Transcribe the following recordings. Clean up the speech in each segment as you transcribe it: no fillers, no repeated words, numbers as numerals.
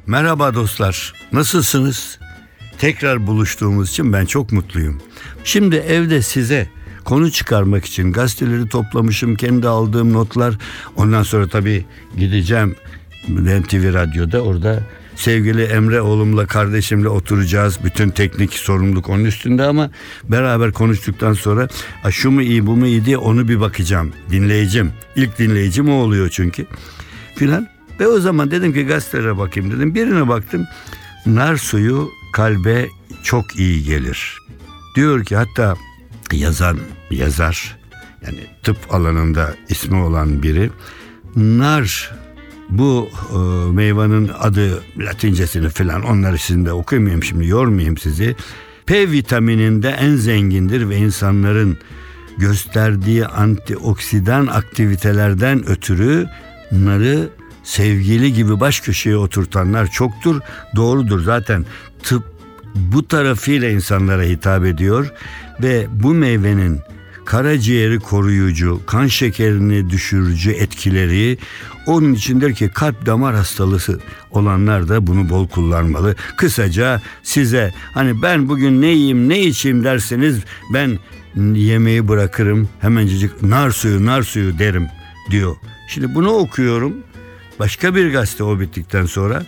Merhaba dostlar, nasılsınız? Tekrar buluştuğumuz için ben çok mutluyum. Şimdi evde size konu çıkarmak için gazeteleri toplamışım, kendi aldığım notlar. Ondan sonra tabii gideceğim NTV Radyo'da, orada sevgili Emre oğlumla, kardeşimle oturacağız. Bütün teknik sorumluluk onun üstünde ama beraber konuştuktan sonra şu mu iyi bu mu iyi diye onu bir bakacağım. Dinleyicim, ilk dinleyicim o oluyor çünkü filan. Ve o zaman dedim ki gazetelere bakayım dedim. Birine baktım, nar suyu kalbe çok iyi gelir diyor ki, hatta yazar yani tıp alanında ismi olan biri, nar, bu meyvanın adı Latincesini falan, onları sizin de okuyamayayım şimdi, yormayayım sizi. P vitamininde en zengindir ve insanların gösterdiği antioksidan aktivitelerden ötürü narı sevgili gibi baş köşeye oturtanlar çoktur. Doğrudur, zaten tıp bu tarafıyla insanlara hitap ediyor ve bu meyvenin karaciğeri koruyucu, kan şekerini düşürücü etkileri, onun içindir ki kalp damar hastalığı olanlar da bunu bol kullanmalı. Kısaca size hani ben bugün ne yiyeyim ne içeyim derseniz, ben yemeği bırakırım, hemencecik nar suyu derim diyor. Şimdi bunu okuyorum. Başka bir gazete o bittikten sonra,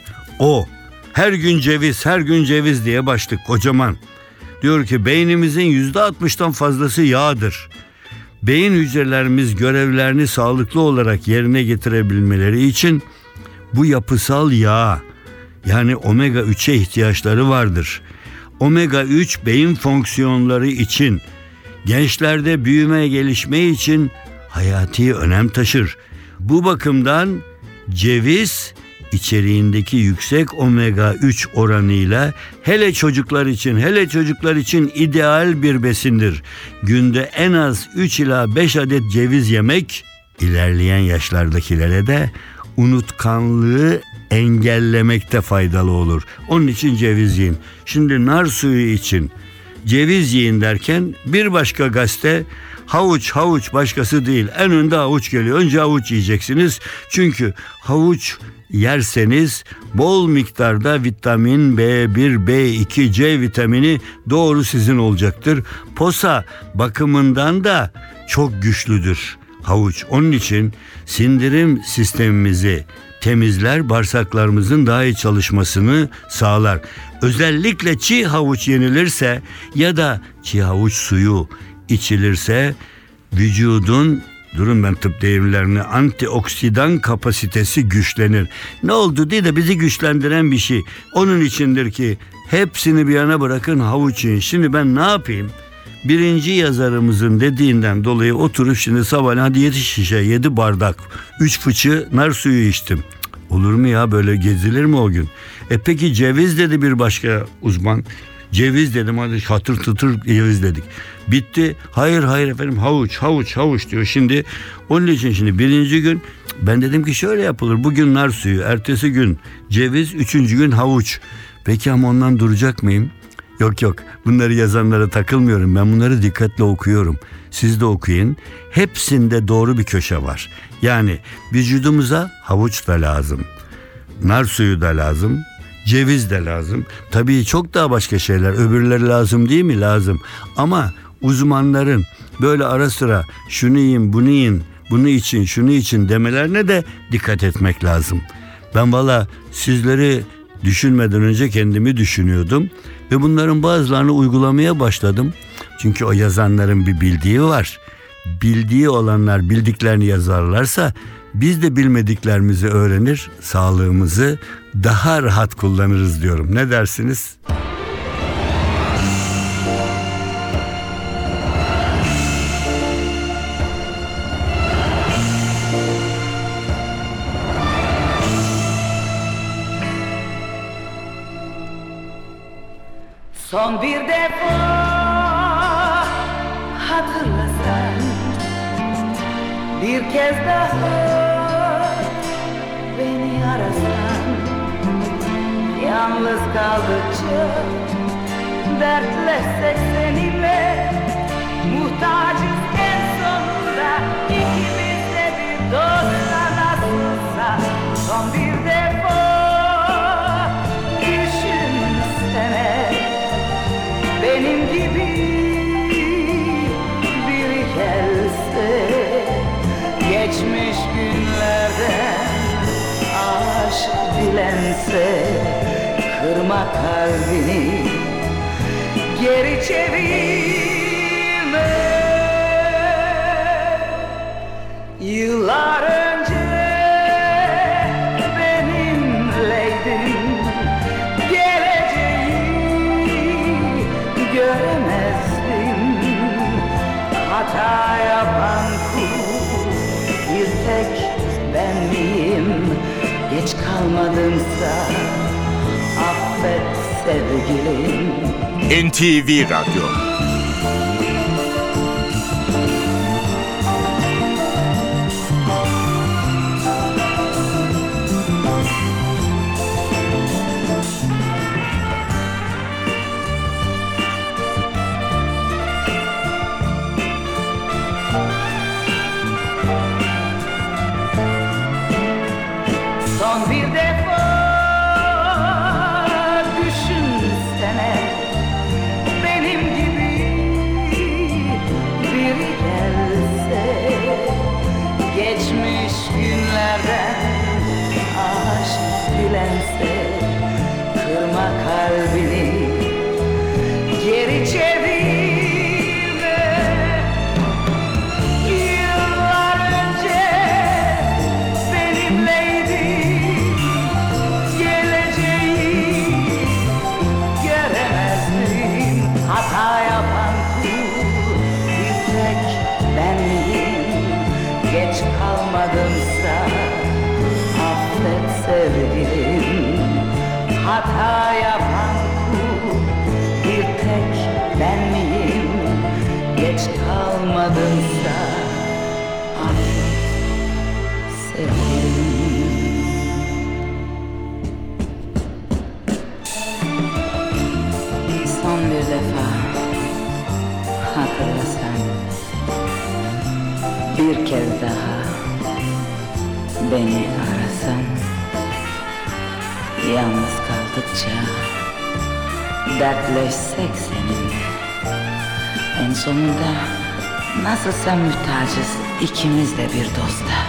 her gün ceviz diye başlık kocaman. Diyor ki beynimizin %60'tan fazlası yağdır. Beyin hücrelerimiz görevlerini sağlıklı olarak yerine getirebilmeleri için bu yapısal yağ, yani omega 3'e ihtiyaçları vardır. Omega 3 beyin fonksiyonları için, gençlerde büyüme gelişme için hayati önem taşır. Bu bakımdan ceviz içeriğindeki yüksek omega 3 oranıyla hele çocuklar için ideal bir besindir. Günde en az 3 ila 5 adet ceviz yemek ilerleyen yaşlardakilere de unutkanlığı engellemekte faydalı olur. Onun için ceviz yiyin. Şimdi nar suyu için ceviz yiyin derken bir başka gazete havuç başkası değil. En önde havuç geliyor. Önce havuç yiyeceksiniz. Çünkü havuç yerseniz bol miktarda vitamin B1, B2, C vitamini doğru sizin olacaktır. Posa bakımından da çok güçlüdür havuç. Onun için sindirim sistemimizi temizler, bağırsaklarımızın daha iyi çalışmasını sağlar. Özellikle çiğ havuç yenilirse ya da çiğ havuç suyu içilirse vücudun, durun ben tıp deyimlerini, antioksidan kapasitesi güçlenir. Ne oldu diye de bizi güçlendiren bir şey. Onun içindir ki hepsini bir yana bırakın, havuç yiyin. Şimdi ben ne yapayım? Birinci yazarımızın dediğinden dolayı oturup şimdi sabah hadi 7 şişe 7 bardak 3 fıçı nar suyu içtim. Olur mu ya, böyle gezilir mi o gün? Peki ceviz dedi bir başka uzman. Ceviz dedim, hadi hatır tıtır ceviz dedik. Bitti. Hayır efendim, havuç diyor. Şimdi onun için şimdi birinci gün ben dedim ki şöyle yapılır. Bugün nar suyu, ertesi gün ceviz, üçüncü gün havuç. Peki ama ondan duracak mıyım? Yok. Bunları yazanlara takılmıyorum. Ben bunları dikkatle okuyorum. Siz de okuyun. Hepsinde doğru bir köşe var. Yani vücudumuza havuç da lazım. Nar suyu da lazım. Ceviz de lazım. Tabii çok daha başka şeyler. Öbürleri lazım değil mi? Lazım. Ama uzmanların böyle ara sıra şunu yiyin, bunu yiyin, bunu için, şunu için demelerine de dikkat etmek lazım. Ben valla sizleri düşünmeden önce kendimi düşünüyordum ve bunların bazılarını uygulamaya başladım. Çünkü o yazanların bir bildiği var. Bildiği olanlar bildiklerini yazarlarsa biz de bilmediklerimizi öğrenir, sağlığımızı daha rahat kullanırız diyorum. Ne dersiniz? Son bir defa hatırlasan, bir kez daha beni arasan, yalnız kaldıkça dertleşsek seninle, muhtacız en sonunda ikimiz de bir dosta nasılsa. Son bir defa Geçmiş günlerden aşk dilense, kırma kalbini, geri çevirme. Yıllar önce benimleydin, geleceği göremezdin. Hata yapan kul bir tek ben miyim? Geç kalmadımsa affet sevgilim. NTV Radyo. Son bir defa düşünsene, benim gibi biri gelse. Geçmiş günlerden aşk dilense, kırma kalbini, geri çevirme. Yıllar önce benimleydin, geleceği göremezdin. Hata yapan kul bir tek ben miyim? Geç kalmadımsa affet sevgilim. Hata yapan kul bir tek ben miyim? Geç kalmadımsa affet sevgilim. Son bir defa hatırlasan, bir kez daha beni arasan. Yalnız kaldıkça dertleşsek seninle. En sonunda nasılsa muhtacız ikimiz de bir dosta.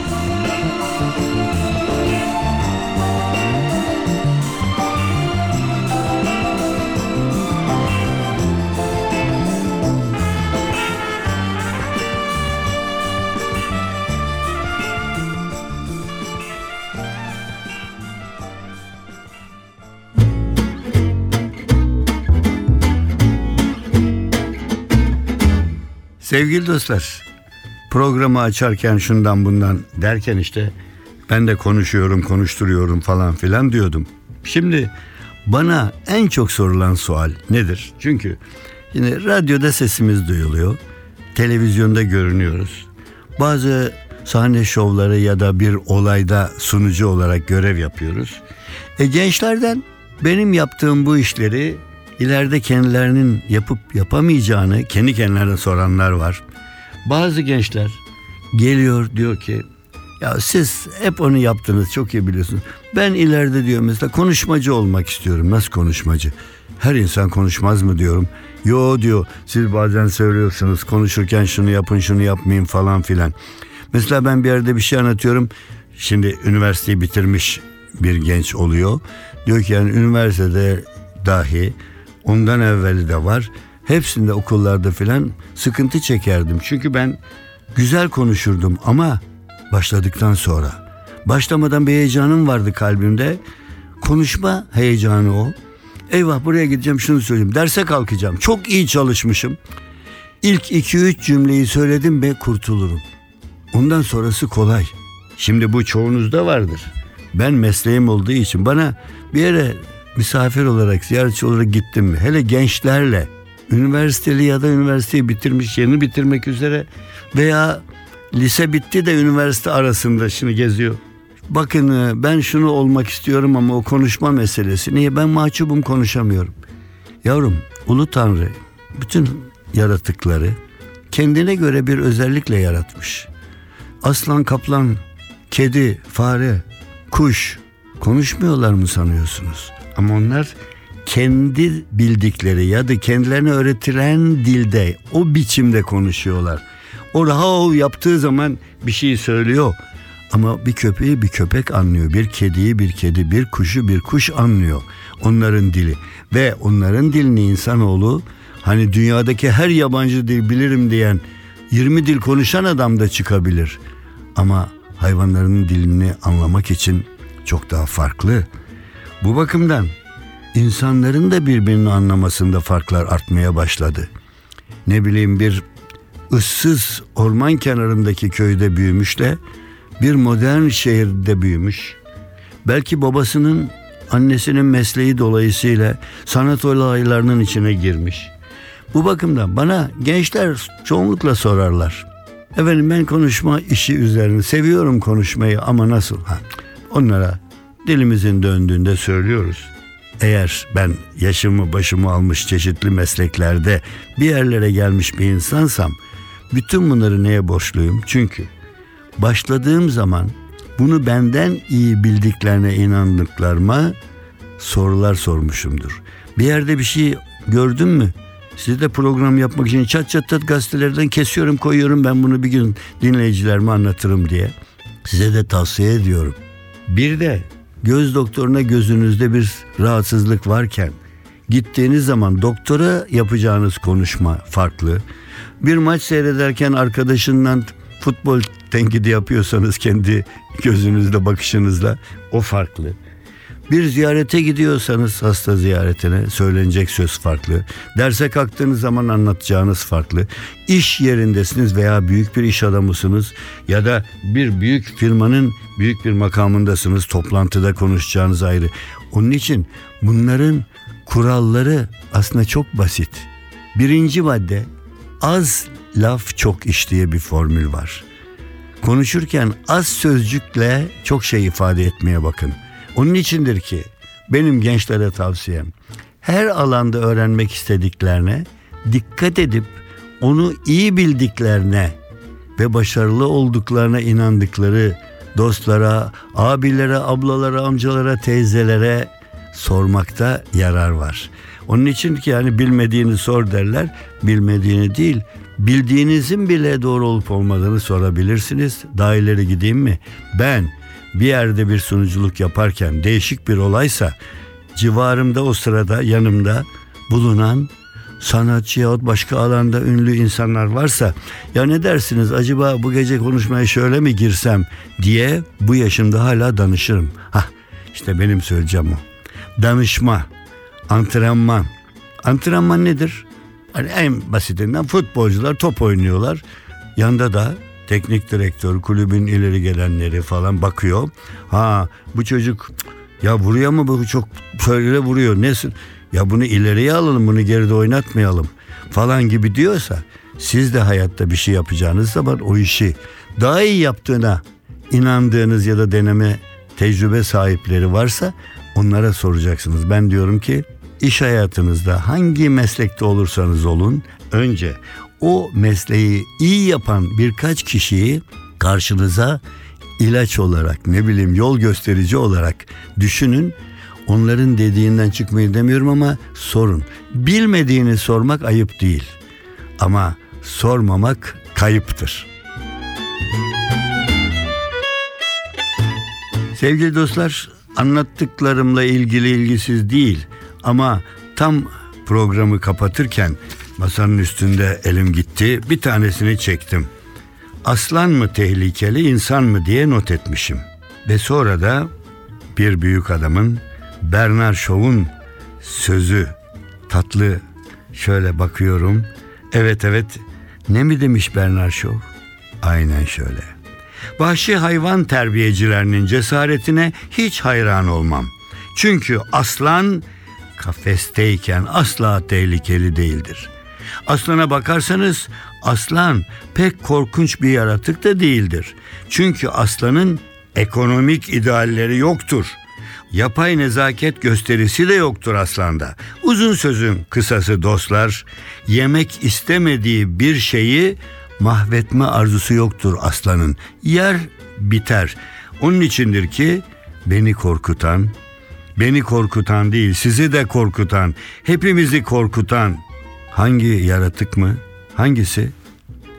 Sevgili dostlar, programı açarken şundan bundan derken işte ben de konuşuyorum, konuşturuyorum falan filan diyordum. Şimdi bana en çok sorulan sual nedir? Çünkü yine radyoda sesimiz duyuluyor, televizyonda görünüyoruz. Bazı sahne şovları ya da bir olayda sunucu olarak görev yapıyoruz. Gençlerden benim yaptığım bu işleri ileride kendilerinin yapıp yapamayacağını kendi kendilerine soranlar var. Bazı gençler geliyor diyor ki ya siz hep onu yaptınız, çok iyi biliyorsunuz. Ben ileride diyor mesela konuşmacı olmak istiyorum. Nasıl konuşmacı? Her insan konuşmaz mı diyorum. Yo diyor, siz bazen söylüyorsunuz konuşurken şunu yapın şunu yapmayın falan filan. Mesela ben bir yerde bir şey anlatıyorum. Şimdi üniversiteyi bitirmiş bir genç oluyor. Diyor ki yani üniversitede dahi ondan evveli de var. Hepsinde okullarda filan sıkıntı çekerdim. Çünkü ben güzel konuşurdum ama başladıktan sonra. Başlamadan bir heyecanım vardı kalbimde. Konuşma heyecanı o. Eyvah buraya gideceğim şunu söyleyeyim. Derse kalkacağım. Çok iyi çalışmışım. İlk 2-3 cümleyi söyledim ve kurtulurum. Ondan sonrası kolay. Şimdi bu çoğunuzda vardır. Ben mesleğim olduğu için bana bir yere misafir olarak, ziyaretçi olarak gittim mi? Hele gençlerle, üniversiteli ya da üniversiteyi bitirmiş, yeni bitirmek üzere veya lise bitti de üniversite arasında şimdi geziyor. Bakın ben şunu olmak istiyorum ama o konuşma meselesi. Niye? Ben mahcubum, konuşamıyorum. Yavrum, Ulu Tanrı bütün yaratıkları kendine göre bir özellikle yaratmış. Aslan, kaplan, kedi, fare, kuş konuşmuyorlar mı sanıyorsunuz? Ama onlar kendi bildikleri ya da kendilerine öğretilen dilde, o biçimde konuşuyorlar. O hav yaptığı zaman bir şey söylüyor. Ama bir köpeği bir köpek anlıyor. Bir kediyi bir kedi, bir kuşu bir kuş anlıyor. Onların dili. Ve onların dilini insanoğlu, hani dünyadaki her yabancı dil bilirim diyen 20 dil konuşan adam da çıkabilir. Ama hayvanların dilini anlamak için çok daha farklı. Bu bakımdan insanların da birbirini anlamasında farklar artmaya başladı. Ne bileyim, bir ıssız orman kenarındaki köyde büyümüşle bir modern şehirde büyümüş. Belki babasının, annesinin mesleği dolayısıyla sanat olaylarının içine girmiş. Bu bakımdan bana gençler çoğunlukla sorarlar. Efendim, ben konuşma işi üzerine seviyorum konuşmayı ama nasıl? Onlara dilimizin döndüğünde söylüyoruz. Eğer ben yaşımı başımı almış çeşitli mesleklerde bir yerlere gelmiş bir insansam bütün bunları neye borçluyum? Çünkü başladığım zaman bunu benden iyi bildiklerine inandıklarıma sorular sormuşumdur. Bir yerde bir şey gördün mü? Size de program yapmak için çat çat gazetelerden kesiyorum koyuyorum, ben bunu bir gün dinleyicilerime anlatırım diye. Size de tavsiye ediyorum. Bir de göz doktoruna gözünüzde bir rahatsızlık varken gittiğiniz zaman doktora yapacağınız konuşma farklı. Bir maç seyrederken arkadaşından futbol tenkidi yapıyorsanız kendi gözünüzle bakışınızla o farklı. Bir ziyarete gidiyorsanız hasta ziyaretine söylenecek söz farklı. Derse kalktığınız zaman anlatacağınız farklı. İş yerindesiniz veya büyük bir iş adamısınız ya da bir büyük firmanın büyük bir makamındasınız. Toplantıda konuşacağınız ayrı. Onun için bunların kuralları aslında çok basit. Birinci madde, az laf çok iş diye bir formül var. Konuşurken az sözcükle çok şey ifade etmeye bakın. Onun içindir ki benim gençlere tavsiyem, her alanda öğrenmek istediklerine dikkat edip onu iyi bildiklerine ve başarılı olduklarına inandıkları dostlara, abilere, ablalara, amcalara, teyzelere sormakta yarar var. Onun için ki yani bilmediğini sor derler, bilmediğini değil, bildiğinizin bile doğru olup olmadığını sorabilirsiniz. Daha ileri gideyim mi? Ben bir yerde bir sunuculuk yaparken değişik bir olaysa civarımda o sırada yanımda bulunan sanatçı yahut başka alanda ünlü insanlar varsa ya ne dersiniz acaba bu gece konuşmaya şöyle mi girsem diye bu yaşımda hala danışırım. İşte benim söyleyeceğim o. Danışma, antrenman. Antrenman nedir? Hani en basitinden futbolcular top oynuyorlar. Yanda da teknik direktör, kulübün ileri gelenleri falan bakıyor. Bu çocuk ya vuruyor mu, bu çok şöyle vuruyor. Nesin? Ya bunu ileriye alalım, bunu geride oynatmayalım falan gibi diyorsa, siz de hayatta bir şey yapacağınız zaman o işi daha iyi yaptığına inandığınız ya da deneme tecrübe sahipleri varsa onlara soracaksınız. Ben diyorum ki iş hayatınızda hangi meslekte olursanız olun, önce o mesleği iyi yapan birkaç kişiyi karşınıza ilaç olarak, yol gösterici olarak düşünün. Onların dediğinden çıkmayı demiyorum ama sorun. Bilmediğini sormak ayıp değil. Ama sormamak kayıptır. Sevgili dostlar, anlattıklarımla ilgili ilgisiz değil ama tam programı kapatırken masanın üstünde elim gitti, bir tanesini çektim. Aslan mı tehlikeli, insan mı diye not etmişim. Ve sonra da bir büyük adamın, Bernard Shaw'un sözü, tatlı, şöyle bakıyorum. Evet, ne mi demiş Bernard Shaw? Aynen şöyle. Vahşi hayvan terbiyecilerinin cesaretine hiç hayran olmam. Çünkü aslan kafesteyken asla tehlikeli değildir. Aslana bakarsanız aslan pek korkunç bir yaratık da değildir. Çünkü aslanın ekonomik idealleri yoktur. Yapay nezaket gösterisi de yoktur aslanda. Uzun sözün kısası dostlar, yemek istemediği bir şeyi mahvetme arzusu yoktur aslanın. Yer biter. Onun içindir ki beni korkutan değil, sizi de korkutan, hepimizi korkutan hangi yaratık mı? Hangisi?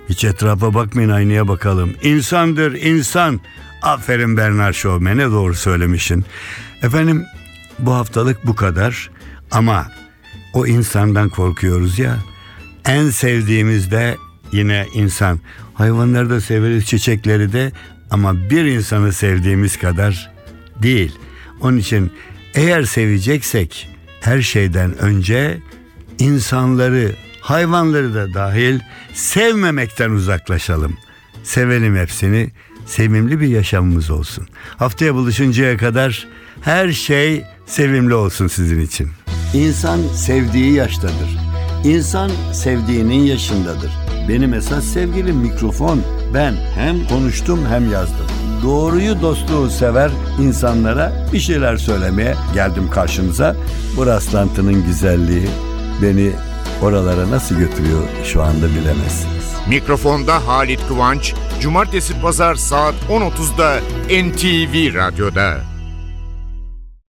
Hiç etrafa bakmayın, aynaya bakalım. İnsandır insan. Aferin Bernard Shaw, ne doğru söylemişsin. Efendim, bu haftalık bu kadar. Ama o insandan korkuyoruz ya. En sevdiğimiz de yine insan. Hayvanları da severiz, çiçekleri de, ama bir insanı sevdiğimiz kadar değil. Onun için eğer seveceksek her şeyden önce insanları, hayvanları da dahil sevmemekten uzaklaşalım. Sevelim hepsini. Sevimli bir yaşamımız olsun. Haftaya buluşuncaya kadar her şey sevimli olsun sizin için. İnsan sevdiği yaştadır. İnsan sevdiğinin yaşındadır. Benim esas sevgilim mikrofon. Ben hem konuştum hem yazdım. Doğruyu, dostluğu sever insanlara bir şeyler söylemeye geldim karşınıza. Bu rastlantının güzelliği beni oralara nasıl götürüyor şu anda bilemezsiniz. Mikrofonda Halit Kıvanç, Cumartesi Pazar saat 10.30'da NTV Radyo'da.